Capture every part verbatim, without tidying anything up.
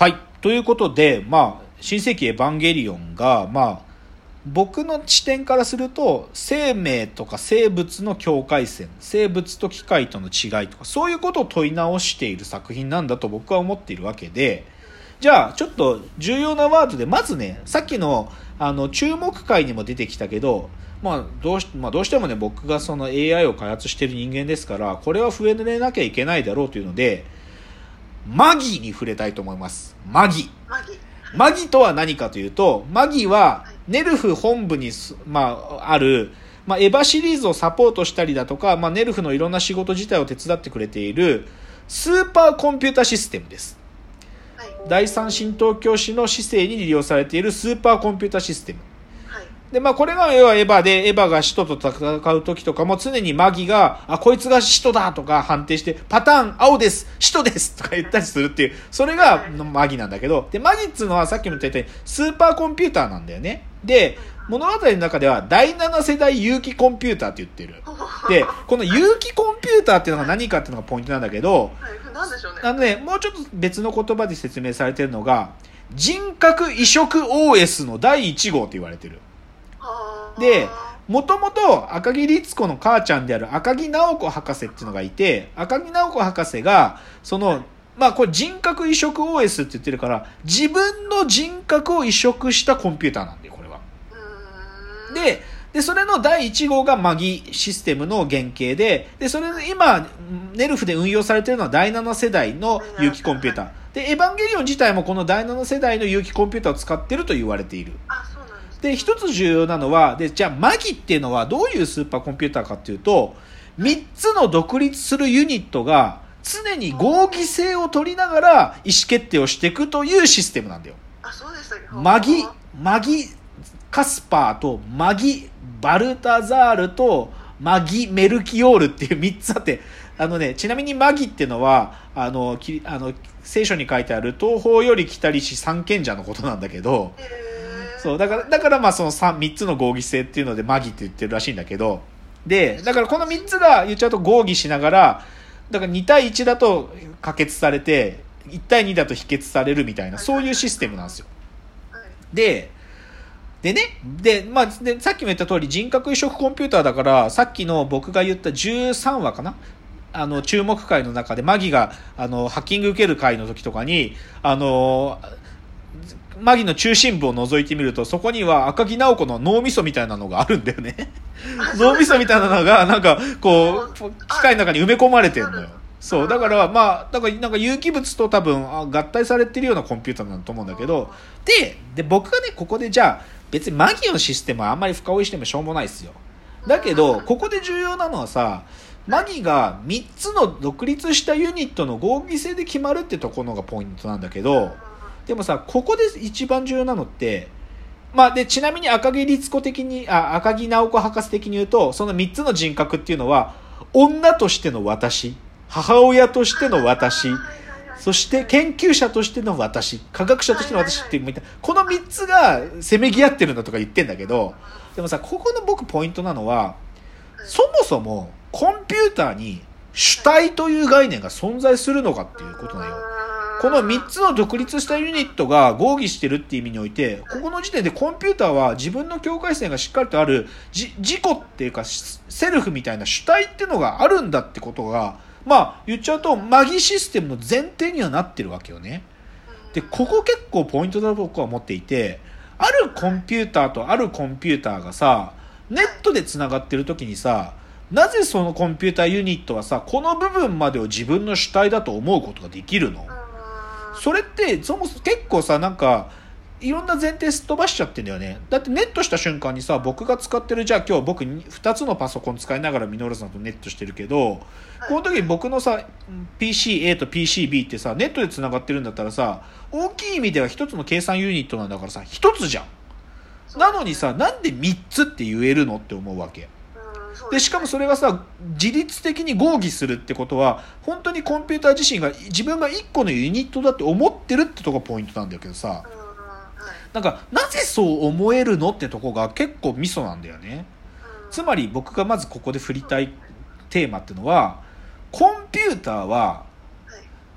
はい。ということで、まあ、新世紀エヴァンゲリオンが、まあ、僕の視点からすると、生命とか生物の境界線、生物と機械との違いとか、そういうことを問い直している作品なんだと僕は思っているわけで、じゃあ、ちょっと重要なワードで、まずね、さっきの、あの、注目会にも出てきたけど、まあ、どうし、まあ、どうしてもね、僕がその エーアイ を開発している人間ですから、これは触れなきゃいけないだろうというので、マギに触れたいと思います。マギ。 マギ。 マギとは何かというと、マギはネルフ本部に、まあ、ある、まあ、エヴァシリーズをサポートしたりだとか、まあ、ネルフのいろんな仕事自体を手伝ってくれているスーパーコンピュータシステムです。 はい、 第三神道教師の姿勢に利用されているスーパーコンピュータシステム。で、まあ、これが要はエヴァで、エヴァが使徒と戦う時とかも常にマギが、あ、こいつが使徒だとか判定して、パターン青です、使徒ですとか言ったりするっていう、それがマギなんだけど、で、マギっつうのはさっきも言ったように、スーパーコンピューターなんだよね。で、物語の中では、第七世代有機コンピューターって言ってる。で、この有機コンピューターっていうのが何かっていうのがポイントなんだけど、 はい、なんでしょうね。 あのね、もうちょっと別の言葉で説明されてるのが、人格移植 オーエス のだいいち号って言われてる。で、もともと赤木律子の母ちゃんである赤木直子博士っていうのがいて、赤木直子博士が、その、まあこれ人格移植 オーエス って言ってるから、自分の人格を移植したコンピューターなんだよ、これは。で、で、それのだいいち号がマギシステムの原型で、で、それで今、ネルフで運用されているのはだいなな世代の有機コンピューター。で、エヴァンゲリオン自体もこのだいなな世代の有機コンピューターを使っていると言われている。 あ、そうなんです。 で、一つ重要なのは、で、じゃあマギっていうのはどういうスーパーコンピューターかっていうと、みっつの独立するユニットが常に合議制を取りながら意思決定をしていくというシステムなんだよ。 あ、そうでしたっけ。 マギ、マギカスパーとマギバルタザールとマギメルキオールっていうみっつあって、あのね、ちなみにマギっていうのは、あの、きあの聖書に書いてある東方より来たりし三賢者のことなんだけど、そう、だから、だからまあその 3, 3つの合議制っていうのでマギって言ってるらしいんだけど、で、だからこのみっつが言っちゃうと合議しながら、だからに対いちだと可決されて、いち対にだと否決されるみたいな、そういうシステムなんですよ。で、でね、で、まあ、で、さっきも言った通り人格移植コンピューターだから、さっきの僕が言ったじゅうさんわかな、あの、注目回の中でマギが、あの、ハッキング受ける回の時とかに、あの、マギの中心部を覗いてみると、そこには赤木直子の脳みそみたいなのがあるんだよね。脳みそみたいなのが、なんか、こう、機械の中に埋め込まれてるのよ。そう。だから、まあ、だから、なんか有機物と多分、合体されてるようなコンピューターなんだと思うんだけど、で、で、僕がね、ここでじゃあ、別にマギのシステムはあんまり深追いしてもしょうもないですよ。だけど、ここで重要なのはさ、マギがみっつの独立したユニットの合議制で決まるってところがポイントなんだけど、でもさ、ここで一番重要なのって、まあ、で、ちなみに赤木律子的に、あ、赤木直子博士的に言うと、そのみっつの人格っていうのは、女としての私、母親としての私、そして研究者としての私、科学者としての私っていう、このみっつがせめぎ合ってるんだとか言ってんだけど、でもさ、ここの僕ポイントなのは、そもそもコンピューターに主体という概念が存在するのかっていうことなのよ。このみっつの独立したユニットが合議してるっていう意味において、ここの時点でコンピューターは自分の境界線がしっかりとある、じ自己っていうかセルフみたいな主体っていうのがあるんだってことが、まあ言っちゃうとマギシステムの前提にはなってるわけよね。で、ここ結構ポイントだと僕は思っていて、あるコンピューターとあるコンピューターがさ、ネットでつながってる時にさ、なぜそのコンピューターユニットはさ、この部分までを自分の主体だと思うことができるの？それってそもそも結構さ、なんかいろんな前提すっ飛ばしちゃってんだよね。だってネットした瞬間にさ、僕が使ってる、じゃあ今日僕ふたつのパソコン使いながらミノルさんとネットしてるけど、この時僕のさ ピーシーエー と ピーシービー ってさ、ネットでつながってるんだったらさ、大きい意味では一つの計算ユニットなんだからさ、一つじゃん。なのにさ、なんでみっつって言えるのって思うわけで、しかもそれがさ、自律的に合議するってことは、本当にコンピューター自身が自分がいっこのユニットだって思ってるってとこがポイントなんだけどさ、なんかなぜそう思えるのってとこが結構ミソなんだよね。つまり僕がまずここで振りたいテーマっていうのは、コンピューターは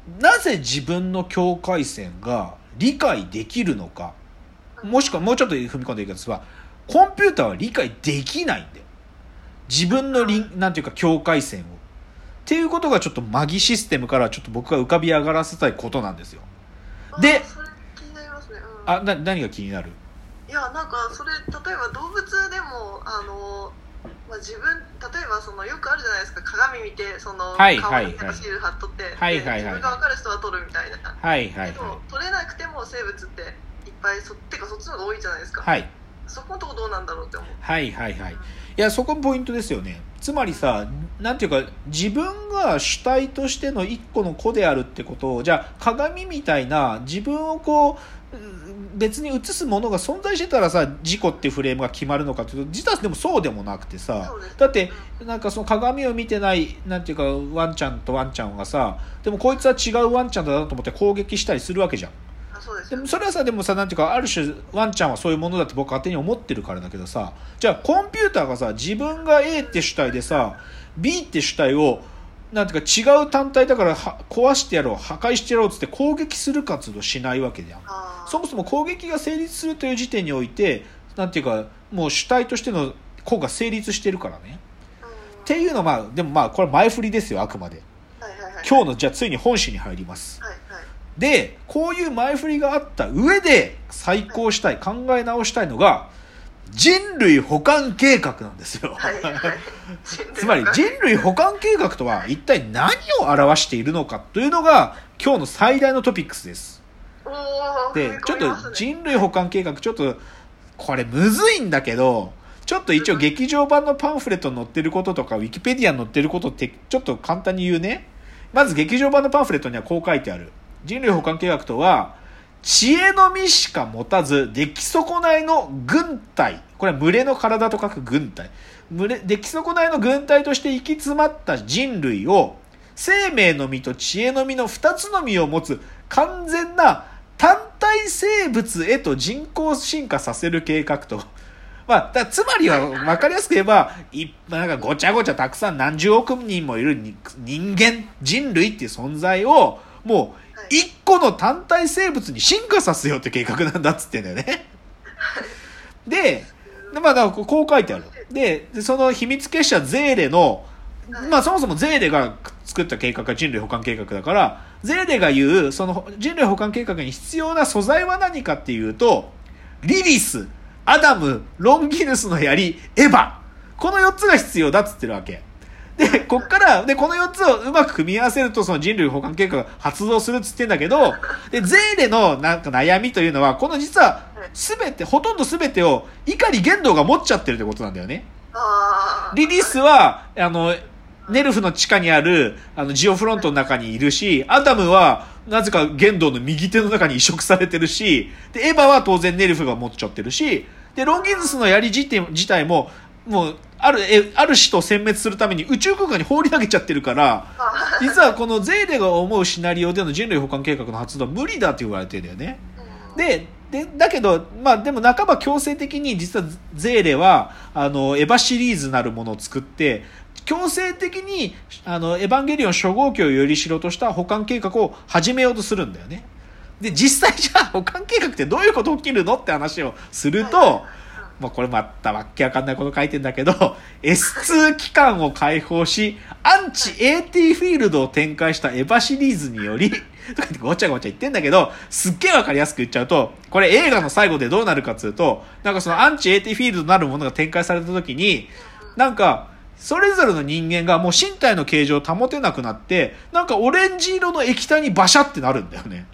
なぜ自分の境界線が理解できるのか、もしくはもうちょっと踏み込んでいくとは、コンピューターは理解できないんだよ。自分のリンなんていうか境界線を。っていうことがちょっとマギシステムからちょっと僕が浮かび上がらせたいことなんですよ。で、 それ気になりますね。うん、 あ、な、何が気になる？ いや、なんかそれ例えば動物でもあの、まあ、自分例えばそのよくあるじゃないですか、鏡見てその、 はい顔はいはい、 にシール貼っとって、 はいはいはい、 自分が分かる人は撮るみたいな。 はいはいはい。 けど撮れなくても生物っていっぱい、そってかそっちの方が多いじゃないですか。 はい。 そこのとこどうなんだろうって思う。 はいはいはい。いや、そこポイントですよね。つまりさ、なんていうか、自分が主体としての一個の個であるってことを、じゃあ鏡みたいな自分をこう別に映すものが存在してたらさ、自己っていうフレームが決まるのかというと、実はでもそうでもなくてさ、だってなんかその鏡を見てないなんていうかワンちゃんとワンちゃんがさ、でもこいつは違うワンちゃんだなと思って攻撃したりするわけじゃん。 そうです。 でもそれはさ、でもさ、なんていうか、ある種ワンちゃんはそういうものだって僕勝手に思ってるからだけどさ、じゃあコンピューターがさ、自分が A って主体でさ B って主体をなんていうか違う単体だからは壊してやろう、破壊してやろうっつって攻撃する活動しないわけじゃん。そもそも攻撃が成立するという時点において、なんていうかもう主体としての個が成立してるからね。っていうのはまあでもまあこれ前振りですよ、あくまで。 はいはいはい、 今日のじゃあついに本誌に入ります。 はいはい、 で、こういう前振りがあった上で再考したい、考え直したいのが人類補完計画なんですよ。 はいはい、 つまり人類補完計画とは一体何を表しているのかというのが今日の最大のトピックスです。で、ちょっと人類補完計画、ちょっとこれむずいんだけど、ちょっと一応劇場版のパンフレットに載ってることとかウィキペディアに載ってることってちょっと簡単に言うね。まず劇場版のパンフレットにはこう書いてある。人類補完計画とは、知恵の実しか持たず出来損ないの軍隊、これは群れの体と書く軍隊、群れ出来損ないの軍隊として行き詰まった人類を生命の実と知恵の実の二つの実を持つ完全な単体生物へと人工進化させる計画と。まあ、だつまりは分かりやすく言えば、いなんかごちゃごちゃたくさん何十億人もいる人間、人類っていう存在をもう一個の単体生物に進化させようって計画なんだっつってんだよね。で、まあ、だからこう書いてある。で、その秘密結社ゼーレの、まあそもそもゼーレが作った計画が人類補完計画だから、ゼーレが言うその人類補完計画に必要な素材は何かっていうと、リリス、アダム、ロンギヌスの槍、エヴァ。このよっつが必要だっつってるわけ。で、こっから、で、このよっつをうまく組み合わせると、その人類補完計画が発動するっつってんだけど、で、ゼーレのなんか悩みというのは、この実は、すべて、ほとんどすべてを、碇玄道が持っちゃってるってことなんだよね。リリスは、あの、ネルフの地下にある、あの、ジオフロントの中にいるし、アダムは、なぜか玄道の右手の中に移植されてるし、で、エヴァは当然ネルフが持っちゃってるし、で、ロンギヌスの槍自体自体も、もう、ある、え、ある使徒を殲滅するために宇宙空間に放り投げちゃってるから、実はこのゼーレが思うシナリオでの人類補完計画の発動は無理だって言われてるんだよね。で、で、だけど、まあでも半ば強制的に実はゼーレは、あの、エヴァシリーズなるものを作って、強制的に、あの、エヴァンゲリオン初号機をよりしろとした補完計画を始めようとするんだよね。で、実際じゃあ補完計画ってどういうこと起きるのって話をすると、まあこれまたわけわかんないこと書いてんだけど、エスツー 機関を解放し、アンチ エーティー フィールドを展開したエヴァシリーズにより、とか言ってごちゃごちゃ言ってんだけど、すっげえわかりやすく言っちゃうと、これ映画の最後でどうなるかっていうと、なんかそのアンチ エーティー フィールドなるものが展開された時に、なんか、それぞれの人間がもう身体の形状を保てなくなって、なんかオレンジ色の液体にバシャってなるんだよね。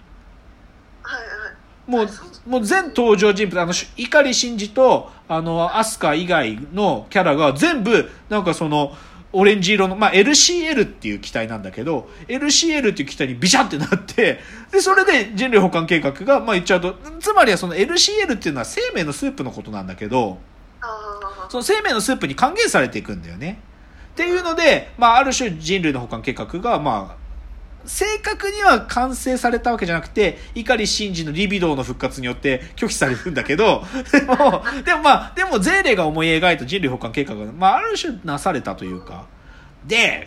もう、もう全登場人物、あの、碇シンジと、あの、アスカ以外のキャラが全部、なんかその、オレンジ色の、まあ、エルシーエル っていう機体なんだけど、エルシーエル っていう機体にビシャってなって、で、それで人類補完計画が、まあ、言っちゃうと、つまりはその エルシーエル っていうのは生命のスープのことなんだけど、その生命のスープに還元されていくんだよね。っていうので、まあ、ある種人類の補完計画が、まあ、正確には完成されたわけじゃなくて、碇シンジのリビドーの復活によって拒否されるんだけど、でも、でもまあ、でもゼーレが思い描いた人類補完計画が、まあ、ある種なされたというか。で、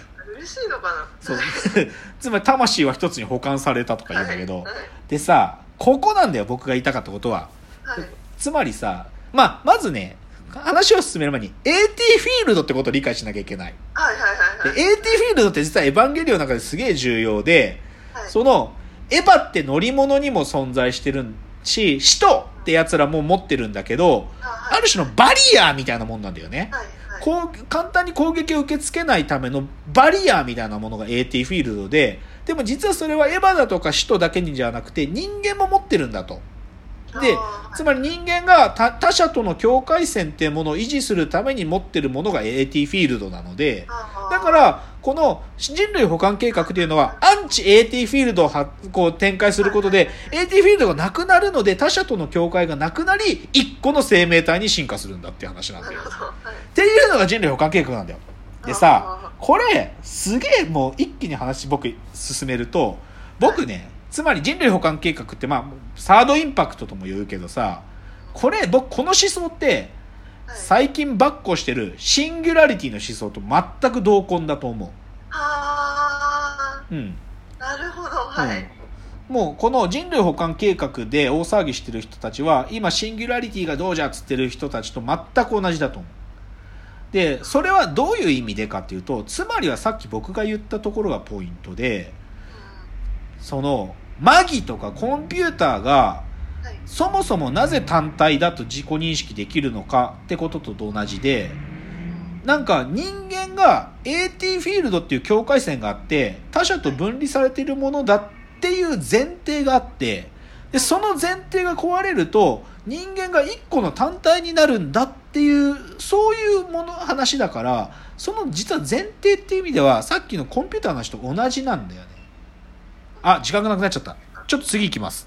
嬉しいのかな。 そうつまり魂は一つに保管されたとか言うんだけど、 はいはい、 でさここなんだよ僕が言いたかったことは、 はい、 つまりさ、まあ、まずね話を進める前に エーティー フィールドってことを理解しなきゃいけない。 はいはいはいはい、 で エーティー フィールドって実はエヴァンゲリオンの中ですげえ重要で、 はい、そのエヴァって乗り物にも存在してるし使徒ってやつらも持ってるんだけど、 はい、 ある種のバリアーみたいなもんなんだよね、 はいはい、 こう簡単に攻撃を受け付けないためのバリアーみたいなものが エーティー フィールドで、でも実はそれはエヴァだとか使徒だけにじゃなくて人間も持ってるんだと。でつまり人間が他他者との境界線っていうものを維持するために持ってるものが エーティー フィールドなので、だからこの人類補完計画っていうのはアンチ エーティー フィールドをはこう展開することで エーティー フィールドがなくなるので他者との境界がなくなり一個の生命体に進化するんだっていう話なんだよ、はい、っていうのが人類補完計画なんだよ。でさこれすげえもう一気に話僕進めると僕ね、つまり人類補完計画ってまあサードインパクトとも言うけどさ、これ僕この思想って最近ばっこしてるシンギュラリティの思想と全く同根だと思う。 あー、うん、なるほど、はい、 うん、もうこの人類補完計画で大騒ぎしてる人たちは今シンギュラリティがどうじゃっつってる人たちと全く同じだと思う。でそれはどういう意味でかっていうと、つまりはさっき僕が言ったところがポイントで、そのマギとかコンピューターがそもそもなぜ単体だと自己認識できるのかってことと同じで、なんか人間が エーティー フィールドっていう境界線があって他者と分離されているものだっていう前提があって、でその前提が壊れると人間が一個の単体になるんだっていうそういうもの話だから、その実は前提っていう意味ではさっきのコンピューターの話と同じなんだよね。あ、時間がなくなっちゃった。ちょっと次行きます。